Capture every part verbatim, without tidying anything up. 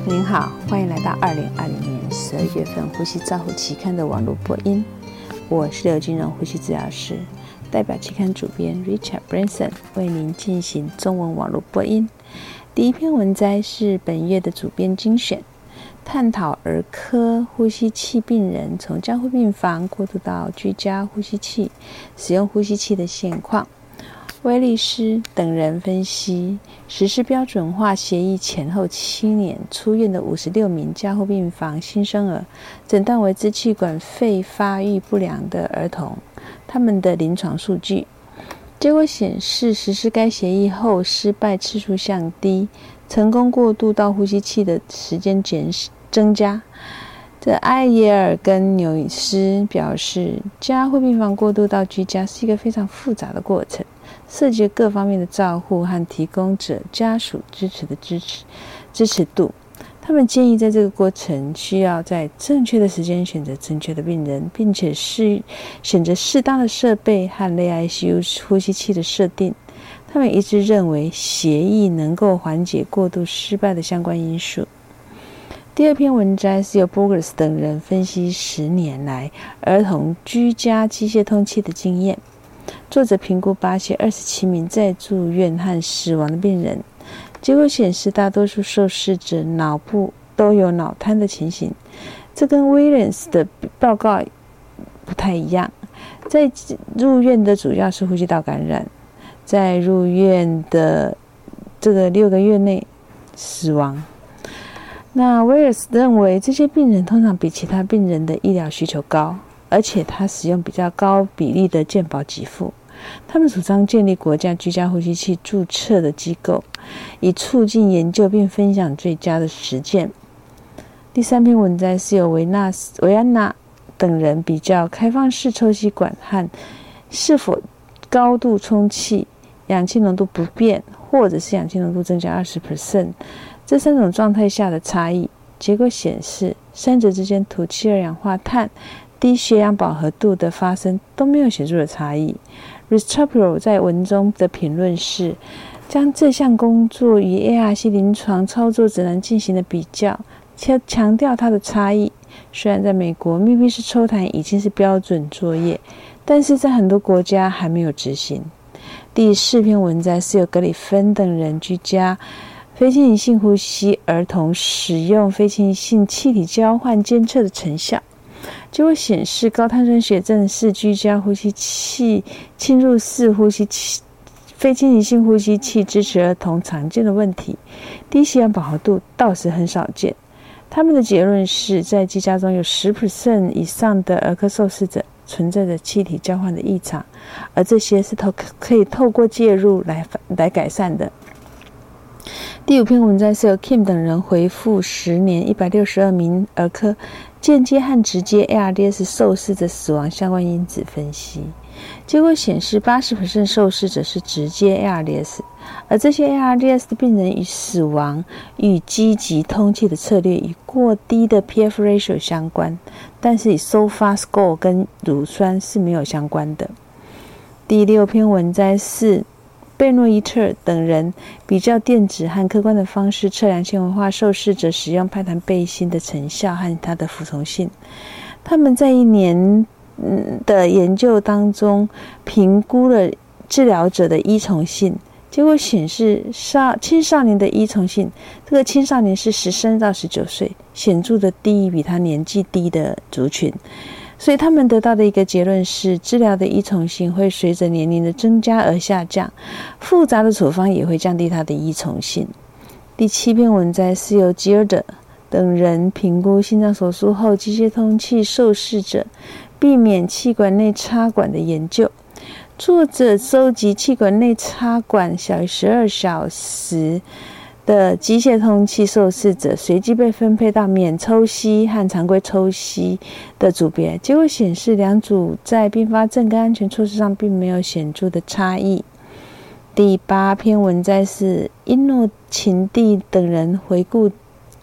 您好，欢迎来到二零二零年十二月份呼吸照护期刊的网络播音。我是刘金荣呼吸治疗师，代表期刊主编 Richard Branson 为您进行中文网络播音。第一篇文摘是本月的主编精选，探讨儿科呼吸器病人从加护病房过渡到居家呼吸器使用呼吸器的现况。威利斯等人分析，实施标准化协议前后七年出院的五十六名加护病房新生儿，诊断为支气管肺发育不良的儿童，他们的临床数据。结果显示，实施该协议后失败次数降低，成功过渡到呼吸器的时间减增加。这埃耶尔跟纽斯表示，加护病房过渡到居家是一个非常复杂的过程，涉及各方面的照护和提供者家属支持的支持支持度。他们建议在这个过程需要在正确的时间选择正确的病人，并且是选择适当的设备和类 I C U 呼吸器的设定。他们一致认为协议能够缓解过渡失败的相关因素。第二篇文摘是由 Burgers 等人分析十年来儿童居家机械通气的经验。作者评估巴西二十七名在住院和死亡的病人，结果显示大多数受试者脑部都有脑瘫的情形，这跟 Williams 的报告不太一样。在入院的主要是呼吸道感染，在入院的这个六个月内死亡。那威尔斯认为这些病人通常比其他病人的医疗需求高，而且他使用比较高比例的健保给付。他们主张建立国家居家呼吸器注册的机构，以促进研究并分享最佳的实践。第三篇文摘是由维纳斯维安娜等人比较开放式抽吸管和是否高度充气、氧气浓度不变，或者是氧气浓度增加 百分之二十 这三种状态下的差异。结果显示，三者之间吐气二氧化碳、低血氧饱和度的发生都没有显著的差异。Restrepo 在文中的评论是，将这项工作与 A R C 临床操作指南进行了比较，强调它的差异。虽然在美国密闭式抽痰已经是标准作业，但是在很多国家还没有执行。第四篇文摘是由格里芬等人居家非侵入性呼吸儿童使用非侵入性气体交换监测的成效。结果显示，高碳酸血症是居家呼吸器侵入式呼吸器非侵入性呼吸器支持儿童常见的问题，低血氧饱和度倒是很少见。他们的结论是在居家中有 百分之十 以上的儿科受试者存在着气体交换的异常，而这些是透可以透过介入来来改善的。第五篇文摘是由 Kim 等人回复十年一百六十二名儿科间接和直接 A R D S 受试者死亡相关因子分析。结果显示 百分之八十 受试者是直接 A R D S， 而这些 A R D S 的病人与死亡与积极通气的策略与过低的 P F ratio 相关，但是以 S O F A score 跟乳酸是没有相关的。第六篇文摘是贝诺伊特等人比较电子和客观的方式测量纤维化受试者使用拍弹背心的成效和它的服从性。他们在一年的研究当中评估了治疗者的依从性，结果显示少青少年的依从性，这个青少年是十三到十九岁，显著的低于比他年纪低的族群。所以他们得到的一个结论是，治疗的依从性会随着年龄的增加而下降，复杂的处方也会降低它的依从性。第七篇文摘是由吉尔德等人评估心脏手术后机械通气受试者避免气管内插管的研究。作者收集气管内插管小于十二小时的机械通气受试者，随机被分配到免抽吸和常规抽吸的组别，结果显示两组在并发症跟安全措施上并没有显著的差异。第八篇文摘是因诺琴蒂等人回顾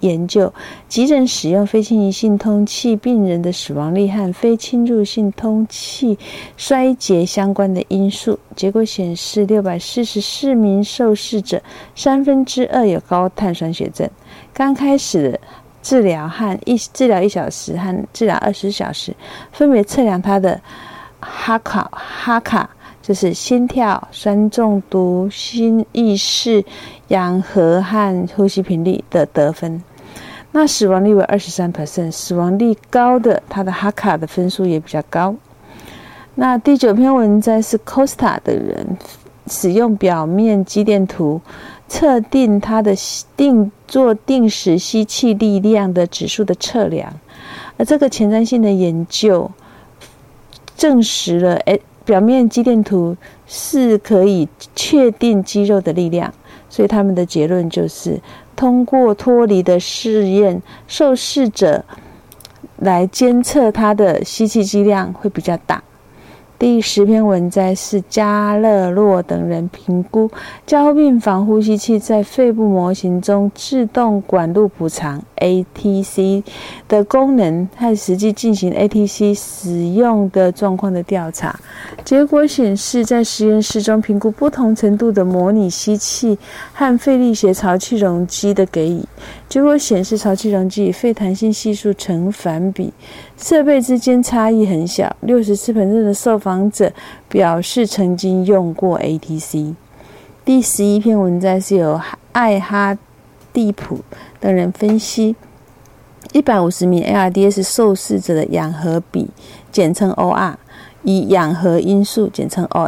研究急诊使用非侵入性通气病人的死亡率和非侵入性通气衰竭相关的因素。结果显示，六百四十四名受试者三分之二有高碳酸血症。刚开始的治疗和一治疗一小时和治疗二十小时，分别测量他的哈卡哈卡。就是心跳、酸中毒、心意识、氧合和呼吸频率的得分。那死亡率为 百分之二十三， 死亡率高的，它的哈卡的分数也比较高。那第九篇文摘是 Costa 的人使用表面肌电图测定它的定做定时吸气力量的指数的测量，而这个前瞻性的研究证实了诶表面肌电图是可以确定肌肉的力量，所以他们的结论就是通过脱离的试验，受试者来监测他的吸气剂量会比较大。第十篇文摘是加勒洛等人评估加护病房呼吸器在肺部模型中自动管路补偿 A T C 的功能和实际进行 A T C 使用的状况的调查。结果显示，在实验室中评估不同程度的模拟吸气和肺力学潮气容积的给予，结果显示潮气容积与肺弹性系数成反比，设备之间差异很小。 百分之六十四 的受访者表示曾经用过 A T C。 第十一篇文摘是由艾哈蒂普等人分析一百五十名 A R D S 受试者的氧合比，简称 O R， 以氧合因素，简称 O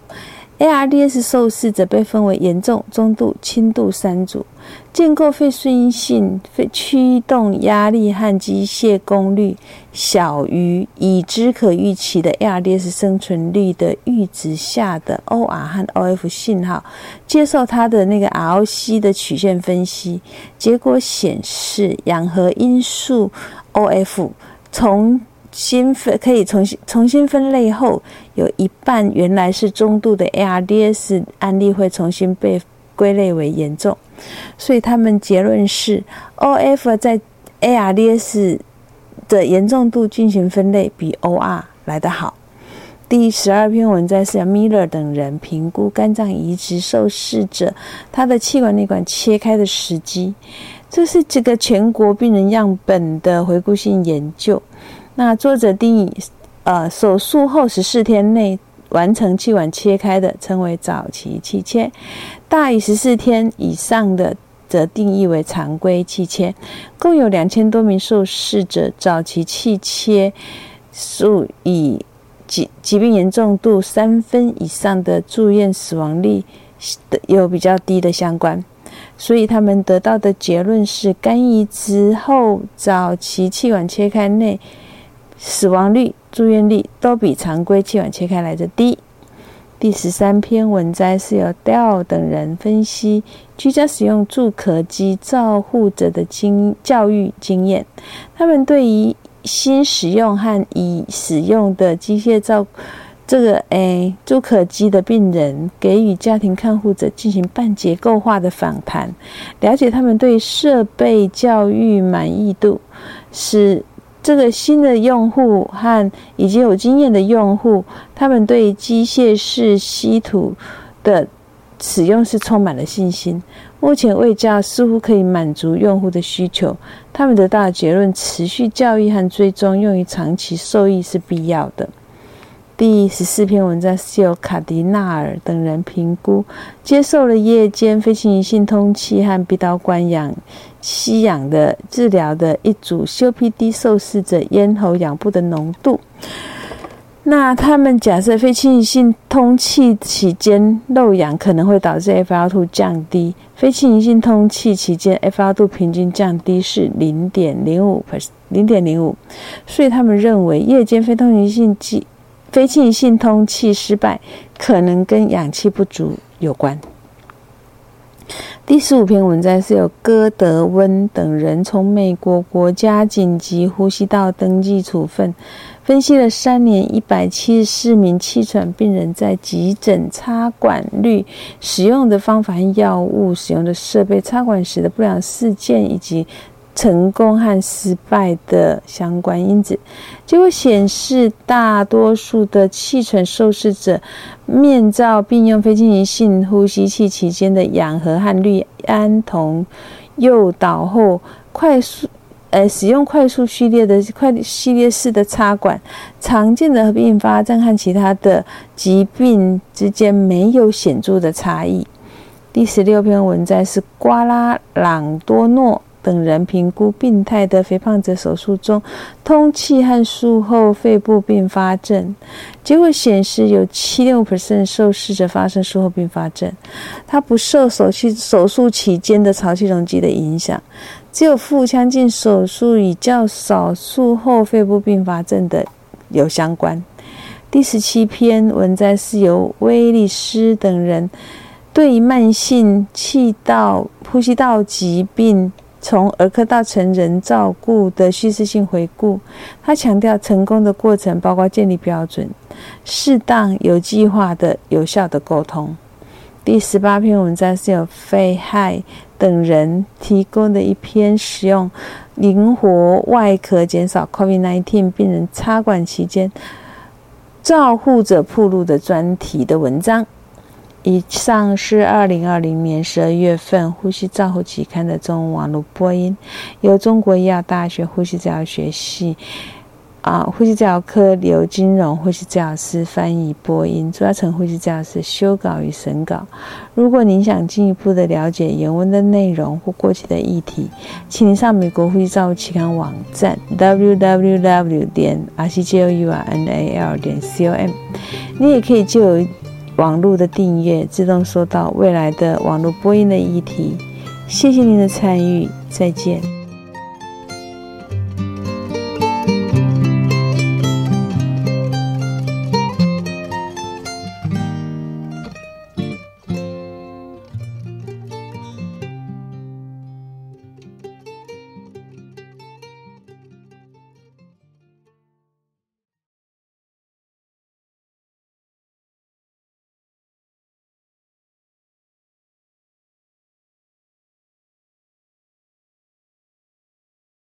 F。A R D S 受试者被分为严重、中度、轻度三组，建构肺顺应性、肺驱动压力和机械功率小于已知可预期的 A R D S 生存率的阈值下的 O R 和 O F 信号，接受它的那个 R O C 的曲线分析，结果显示氧合因素 O F 从新分可以重新重新分类后，有一半原来是中度的 A R D S 案例会重新被归类为严重，所以他们结论是 O F 在 A R D S 的严重度进行分类比 O R 来得好。第十二篇文摘是由 Miller 等人评估肝脏移植受试者他的气管内管切开的时机，这是这个全国病人样本的回顾性研究。那作者定义，呃，手术后十四天内完成气管切开的称为早期气切，大于十四天以上的则定义为常规气切。共有两千多名受试者早期气切数以疾疾病严重度三分以上的住院死亡率有比较低的相关。所以他们得到的结论是，肝移植后早期气管切开内死亡率、住院率都比常规气管切开来得低。第十三篇文摘是由 Dell 等人分析居家使用助咳机照护者的经教育经验，他们对于新使用和已使用的机械照这个诶助咳机的病人，给予家庭看护者进行半结构化的访谈，了解他们对设备教育满意度，使这个新的用户和已经有经验的用户，他们对机械式吸吐的使用是充满了信心。目前卫教似乎可以满足用户的需求，他们得到的结论，持续教育和追踪用于长期受益是必要的。第十四篇文章是由卡迪纳尔等人评估接受了夜间非侵入性通气和鼻导管氧吸氧的治疗的一组 C O P D 受试者咽喉氧部的浓度。那他们假设非侵入性通气期间漏氧可能会导致 F R 二 降低，非侵入性通气期间 F R 二 平均降低是 零点零五 零点零五， 所以他们认为夜间非通气性非侵入性通气失败可能跟氧气不足有关。第十五篇文摘是由戈德温等人从美国国家紧急呼吸道登记处分分析了三年一百七十四名气喘病人在急诊插管率、使用的方法和药物、使用的设备、插管时的不良事件以及成功和失败的相关因子。结果显示，大多数的气喘受试者面罩并用非侵袭性呼吸器期间的氧合和氯胺酮诱导后，快速呃使用快速序列的快序列式的插管，常见的合并并发症和其他的疾病之间没有显著的差异。第十六篇文摘是瓜拉朗多诺等人评估病态的肥胖者手术中通气和术后肺部并发症，结果显示有 百分之七点五 受试者发生术后并发症，它不受手手术期间的潮气容积的影响，只有腹腔镜手术与较少术后肺部并发症的有相关。第十七篇文摘是由威利斯等人对慢性气道呼吸道疾病从儿科到成人照顾的叙事性回顾。他强调成功的过程包括建立标准、适当有计划的有效的沟通。第十八篇文章是由费海等人提供的一篇使用灵活外壳减少 COVID 十九 病人插管期间照护者暴露的专题的文章。以上是二零二零年十二月份呼吸照护期刊的中文网络播音，由中国医药大学呼吸治疗学系啊呼吸治疗科刘金荣呼吸治疗师翻译播音，朱嘉诚呼吸治疗师修稿与审稿。如果您想进一步的了解原文的内容或过去的议题，请您上美国呼吸照护期刊网站 double-u double-u double-u 点 r c j o u r n a l 点 com。你也可以就有网络的订阅，自动收到未来的网络播音的议题。谢谢您的参与，再见。